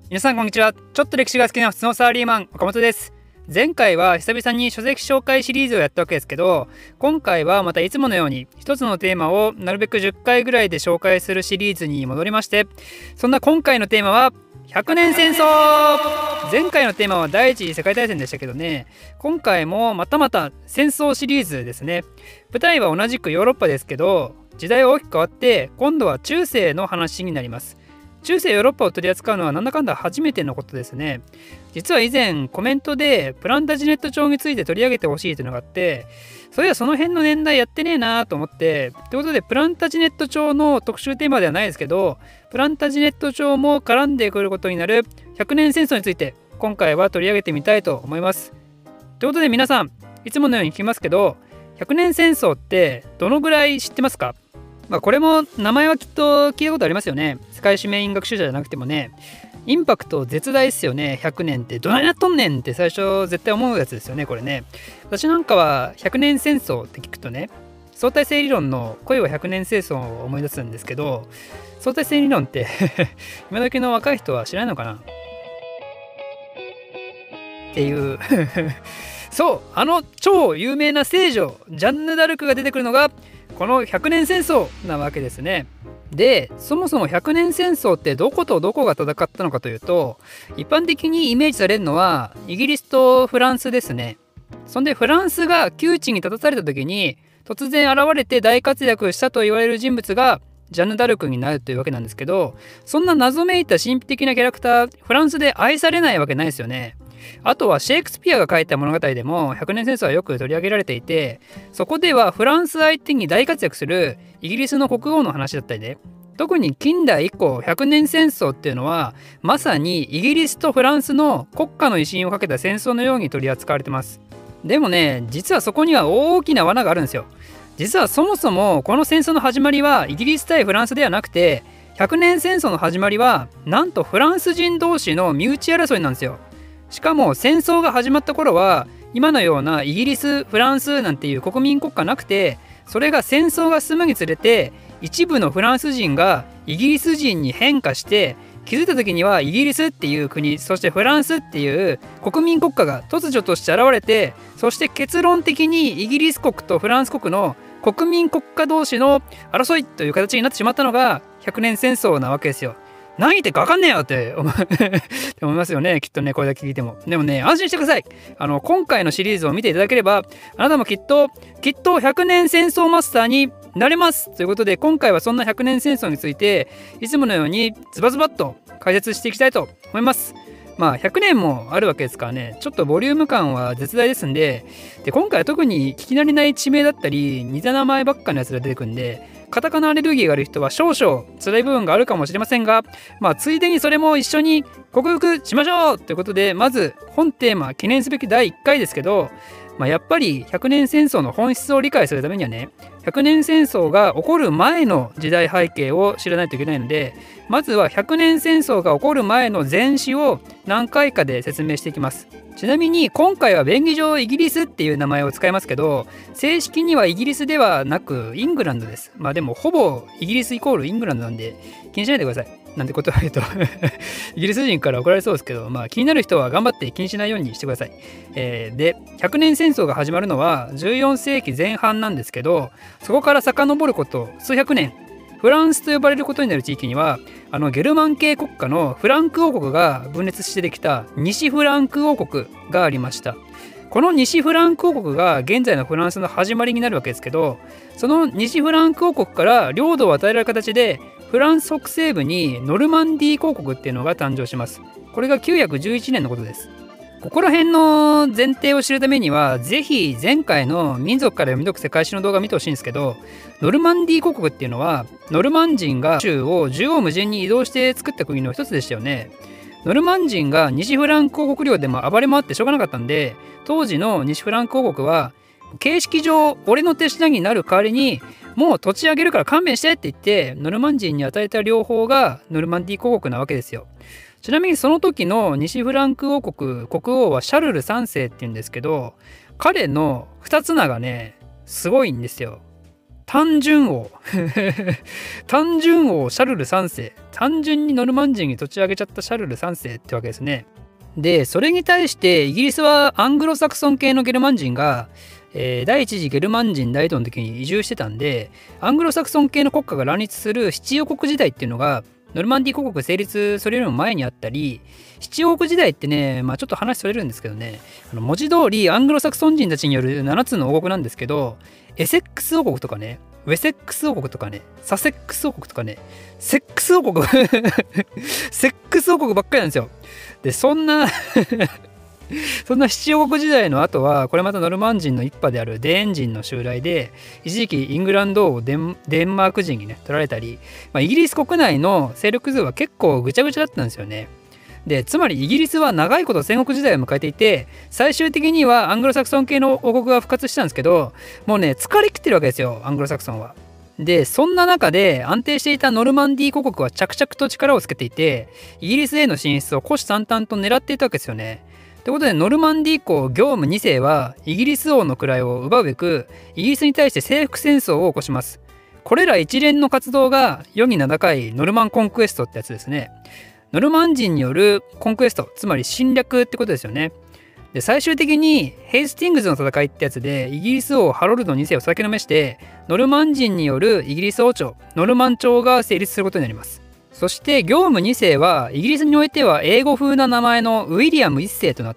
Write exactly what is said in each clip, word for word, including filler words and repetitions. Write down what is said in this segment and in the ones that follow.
皆さんこんにちは。ちょっと歴史が好きな普通のサラリーマン岡本です。前回は久々に書籍紹介シリーズをやったわけですけど、今回はまたいつものように一つのテーマをなるべくじゅっかいぐらいで紹介するシリーズに戻りまして、そんな今回のテーマはひゃくねん戦争。前回のテーマは第一次世界大戦でしたけどね、今回もまたまた戦争シリーズですね。舞台は同じくヨーロッパですけど、時代は大きく変わって今度は中世の話になります。中世ヨーロッパを取り扱うのはなんだかんだ初めてのことですね。実は以前コメントでプランタジネット帳について取り上げてほしいというのがあって、そういやその辺の年代やってねえなと思って、ということでプランタジネット帳の特集テーマではないですけど、プランタジネット帳も絡んでくることになるひゃくねん戦争について今回は取り上げてみたいと思います。ということで皆さん、いつものように聞きますけど、ひゃくねん戦争ってどのぐらい知ってますか？まあこれも名前はきっと聞いたことありますよね。世界史メイン学習者じゃなくてもね。インパクト絶大ですよね。ひゃくねんってどないなっとんねんって最初絶対思うやつですよね、これね。私なんかはひゃくねん戦争って聞くとね、相対性理論の恋はひゃくねん戦争を思い出すんですけど、相対性理論って今時の若い人は知らないのかなっていうそう、あの超有名な聖女ジャンヌ・ダルクが出てくるのがこのひゃくねん戦争なわけですね。で、そもそもひゃくねん戦争ってどことどこが戦ったのかというと、一般的にイメージされるのはイギリスとフランスですね。そんでフランスが窮地に立たされた時に突然現れて大活躍したと言われる人物がジャンヌ・ダルクになるというわけなんですけど、そんな謎めいた神秘的なキャラクター、フランスで愛されないわけないですよね。あとはシェイクスピアが書いた物語でもひゃくねん戦争はよく取り上げられていて、そこではフランス相手に大活躍するイギリスの国王の話だったりで、特に近代以降ひゃくねん戦争っていうのはまさにイギリスとフランスの国家の威信をかけた戦争のように取り扱われてます。でもね、実はそこには大きな罠があるんですよ。実はそもそもこの戦争の始まりはイギリス対フランスではなくて、ひゃくねん戦争の始まりはなんとフランス人同士の身内争いなんですよ。しかも戦争が始まった頃は今のようなイギリス、フランスなんていう国民国家なくて、それが戦争が進むにつれて一部のフランス人がイギリス人に変化して、気づいた時にはイギリスっていう国、そしてフランスっていう国民国家が突如として現れて、そして結論的にイギリス国とフランス国の国民国家同士の争いという形になってしまったのがひゃくねん戦争なわけですよ。何言ってか分かんねえよって思いますよね、きっとね、これだけ聞いても。でもね、安心してください。あの今回のシリーズを見ていただければ、あなたもきっときっとひゃくねん戦争マスターになれますということで、今回はそんなひゃくねん戦争についていつものようにズバズバッと解説していきたいと思います。まあひゃくねんもあるわけですからね、ちょっとボリューム感は絶大ですんで、で今回は特に聞き慣れない地名だったり似た名前ばっかのやつが出てくるんで、カタカナアレルギーがある人は少々辛い部分があるかもしれませんが、まあついでにそれも一緒に克服しましょうということで、まず本テーマ記念すべきだいいっかいですけど、まあ、やっぱりひゃくねん戦争の本質を理解するためにはね、ひゃくねん戦争が起こる前の時代背景を知らないといけないので、まずはひゃくねん戦争が起こる前の前史を何回かで説明していきます。ちなみに今回は便宜上イギリスっていう名前を使いますけど、正式にはイギリスではなくイングランドです。まあでもほぼイギリスイコールイングランドなんで気にしないでください。なんてことを言うとイギリス人から怒られそうですけど、まあ気になる人は頑張って気にしないようにしてください。えー、でひゃくねん戦争が始まるのはじゅうよんせいきぜん半なんですけど、そこから遡ること数百年、フランスと呼ばれることになる地域にはあのゲルマン系国家のフランク王国が分裂してできた西フランク王国がありました。この西フランク王国が現在のフランスの始まりになるわけですけど、その西フランク王国から領土を与えられる形でフランス北西部にノルマンディー公国っていうのが誕生します。これがきゅうひゃくじゅういちねんのことです。ここら辺の前提を知るためにはぜひ前回の民族から読み解く世界史の動画を見てほしいんですけど、ノルマンディー公国っていうのはノルマン人が州を縦横無尽に移動して作った国の一つでしたよね。ノルマン人が西フランク王国領でも暴れ回ってしょうがなかったんで、当時の西フランク王国は形式上俺の手下になる代わりにもう土地あげるから勘弁してって言ってノルマン人に与えた領法がノルマンディー公国なわけですよ。ちなみにその時の西フランク王国国王はシャルルさんせいっていうんですけど、彼の二つ名がねすごいんですよ。 単純王単純王シャルルさんせい、単純にノルマン人に土地上げちゃったシャルルさんせいってわけですね。でそれに対してイギリスはアングロサクソン系のゲルマン人が、えー、第一次ゲルマン人大統領の時に移住してたんで、アングロサクソン系の国家が乱立する七王国時代っていうのがノルマンディー公国成立それよりも前にあったり、七王国時代ってね、まあ、ちょっと話それるんですけどね、あの文字通りアングロサクソン人たちによるななつの王国なんですけど、エセックス王国とかね、ウェセックス王国とかね、サセックス王国とかね、セックス王国セックス王国ばっかりなんですよ。でそんなそんな七王国時代の後はこれまたノルマン人の一派であるデーン人の襲来で、一時期イングランドをデン、デンマーク人にね取られたり、まあ、イギリス国内の勢力図は結構ぐちゃぐちゃだったんですよね。でつまりイギリスは長いこと戦国時代を迎えていて、最終的にはアングロサクソン系の王国が復活したんですけど、もうね疲れきってるわけですよ、アングロサクソンは。でそんな中で安定していたノルマンディー国国は着々と力をつけていて、イギリスへの進出を虎視眈々と狙っていたわけですよね。ということでノルマンディー公業務にせいはイギリス王の位を奪うべくイギリスに対して征服戦争を起こします。これら一連の活動が世に名高いノルマンコンクエストってやつですね。ノルマン人によるコンクエスト、つまり侵略ってことですよね。で最終的にヘイスティングズの戦いってやつでイギリス王ハロルドにせいを先のめしてノルマン人によるイギリス王朝ノルマン朝が成立することになります。そして業務にせいはイギリスにおいては英語風な名前のウィリアムいっせいとなって、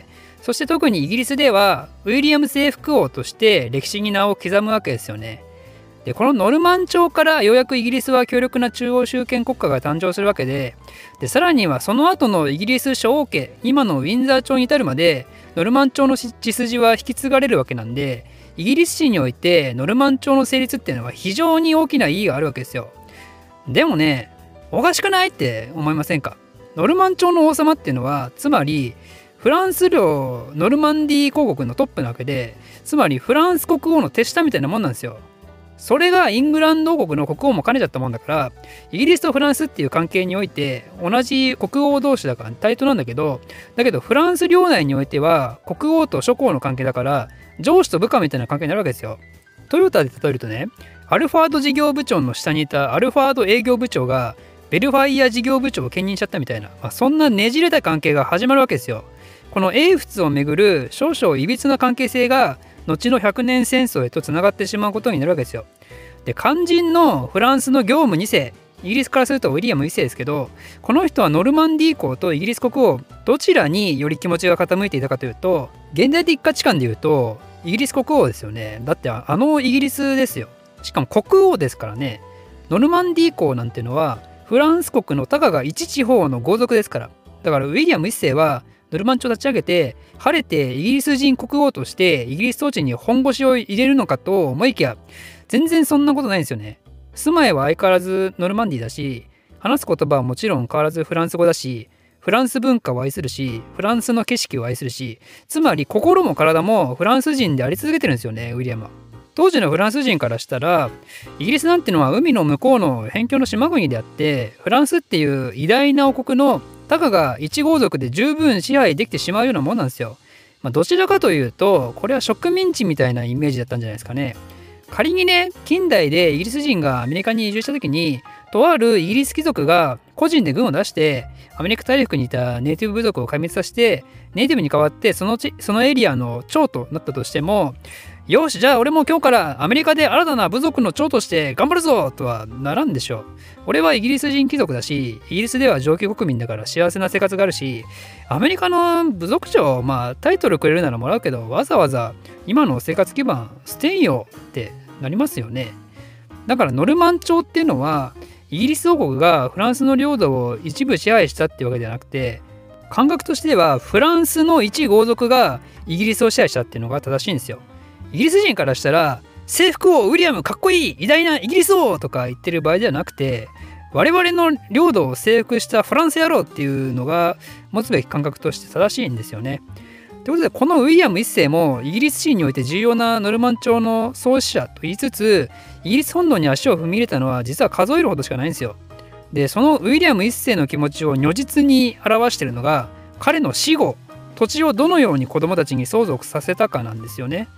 そして特にイギリスではウィリアム征服王として歴史に名を刻むわけですよね。でこのノルマン朝からようやくイギリスは強力な中央集権国家が誕生するわけで、でさらにはその後のイギリス諸王家、今のウィンザー朝に至るまでノルマン朝の血筋は引き継がれるわけなんで、イギリス史においてノルマン朝の成立っていうのは非常に大きな意義があるわけですよ。でもね、おかしくないって思いませんか？ノルマン朝の王様っていうのはつまりフランス領ノルマンディー公国のトップなわけで、つまりフランス国王の手下みたいなもんなんですよ。それがイングランド王国の国王も兼ねちゃったもんだから、イギリスとフランスっていう関係において同じ国王同士だから対等なんだけど、だけどフランス領内においては国王と諸侯の関係だから上司と部下みたいな関係になるわけですよ。トヨタで例えるとね、アルファード事業部長の下にいたアルファード営業部長がベルファイア事業部長を兼任しちゃったみたいな、まあ、そんなねじれた関係が始まるわけですよ。この英仏をめぐる少々いびつな関係性が後の百年戦争へとつながってしまうことになるわけですよ。で肝心のフランスの業務にせい、イギリスからするとウィリアムいっせいですけど、この人はノルマンディー公とイギリス国王どちらにより気持ちが傾いていたかというと、現代的価値観でいうとイギリス国王ですよね。だってあのイギリスですよ。しかも国王ですからね。ノルマンディー公なんてのはフランス国のたかが一地方の豪族ですから。だからウィリアムいっせいはノルマン朝を立ち上げて晴れてイギリス人国王としてイギリス統治に本腰を入れるのかと思いきや、全然そんなことないんですよね。住まいは相変わらずノルマンディーだし、話す言葉はもちろん変わらずフランス語だし、フランス文化を愛するし、フランスの景色を愛するし、つまり心も体もフランス人であり続けてるんですよね、ウィリアムは。当時のフランス人からしたらイギリスなんてのは海の向こうの辺境の島国であって、フランスっていう偉大な王国のたかが一豪族で十分支配できてしまうようなもんなんですよ。まあ、どちらかというとこれは植民地みたいなイメージだったんじゃないですかね。仮にね、近代でイギリス人がアメリカに移住した時にとあるイギリス貴族が個人で軍を出してアメリカ大陸にいたネイティブ部族を壊滅させてネイティブに代わってそのちそのエリアの長となったとしても、よしじゃあ俺も今日からアメリカで新たな部族の長として頑張るぞとはならんでしょう。俺はイギリス人貴族だし、イギリスでは上級国民だから幸せな生活があるし、アメリカの部族長、まあタイトルくれるならもらうけど、わざわざ今の生活基盤捨てんよってなりますよね。だからノルマン朝っていうのはイギリス王国がフランスの領土を一部支配したってわけではなくて、感覚としてはフランスの一豪族がイギリスを支配したっていうのが正しいんですよ。イギリス人からしたら征服王ウィリアムかっこいい偉大なイギリス王とか言ってる場合ではなくて、我々の領土を征服したフランス野郎っていうのが持つべき感覚として正しいんですよね。ということでこのウィリアムいっせいもイギリス史において重要なノルマン朝の創始者と言いつつ、イギリス本土に足を踏み入れたのは実は数えるほどしかないんですよ。でそのウィリアムいっせいの気持ちを如実に表しているのが彼の死後、土地をどのように子供たちに相続させたかなんですよね。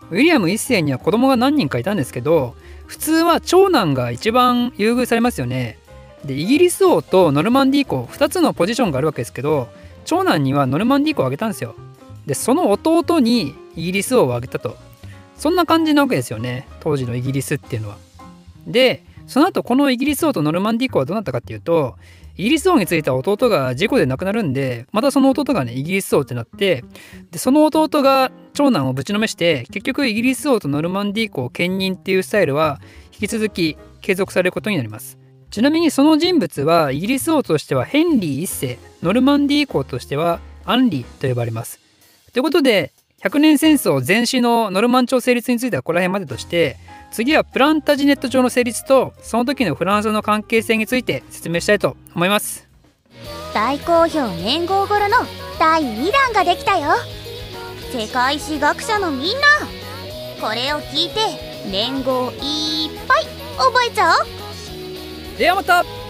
ウィリアムいっせいには子供が何人かいたんですけど、普通は長男が一番優遇されますよね。でイギリス王とノルマンディー公ふたつのポジションがあるわけですけど、長男にはノルマンディー公をあげたんですよ。でその弟にイギリス王をあげたと、そんな感じなわけですよね、当時のイギリスっていうのは。でその後このイギリス王とノルマンディー公はどうなったかっていうと、イギリス王についた弟が事故で亡くなるんで、またその弟がねイギリス王ってなって、でその弟が長男をぶちのめして、結局イギリス王とノルマンディー公兼任っていうスタイルは引き続き継続されることになります。ちなみにその人物はイギリス王としてはヘンリーいっせい、ノルマンディー公としてはアンリーと呼ばれます。ということでひゃくねん戦争前史のノルマン朝成立についてはここら辺までとして、次はプランタジネット朝の成立とその時のフランスの関係性について説明したいと思います。 大好評年号頃のだいにだんができたよ。世界史学者のみんな、これを聞いて年号いっぱい覚えちゃおう。 ではまた。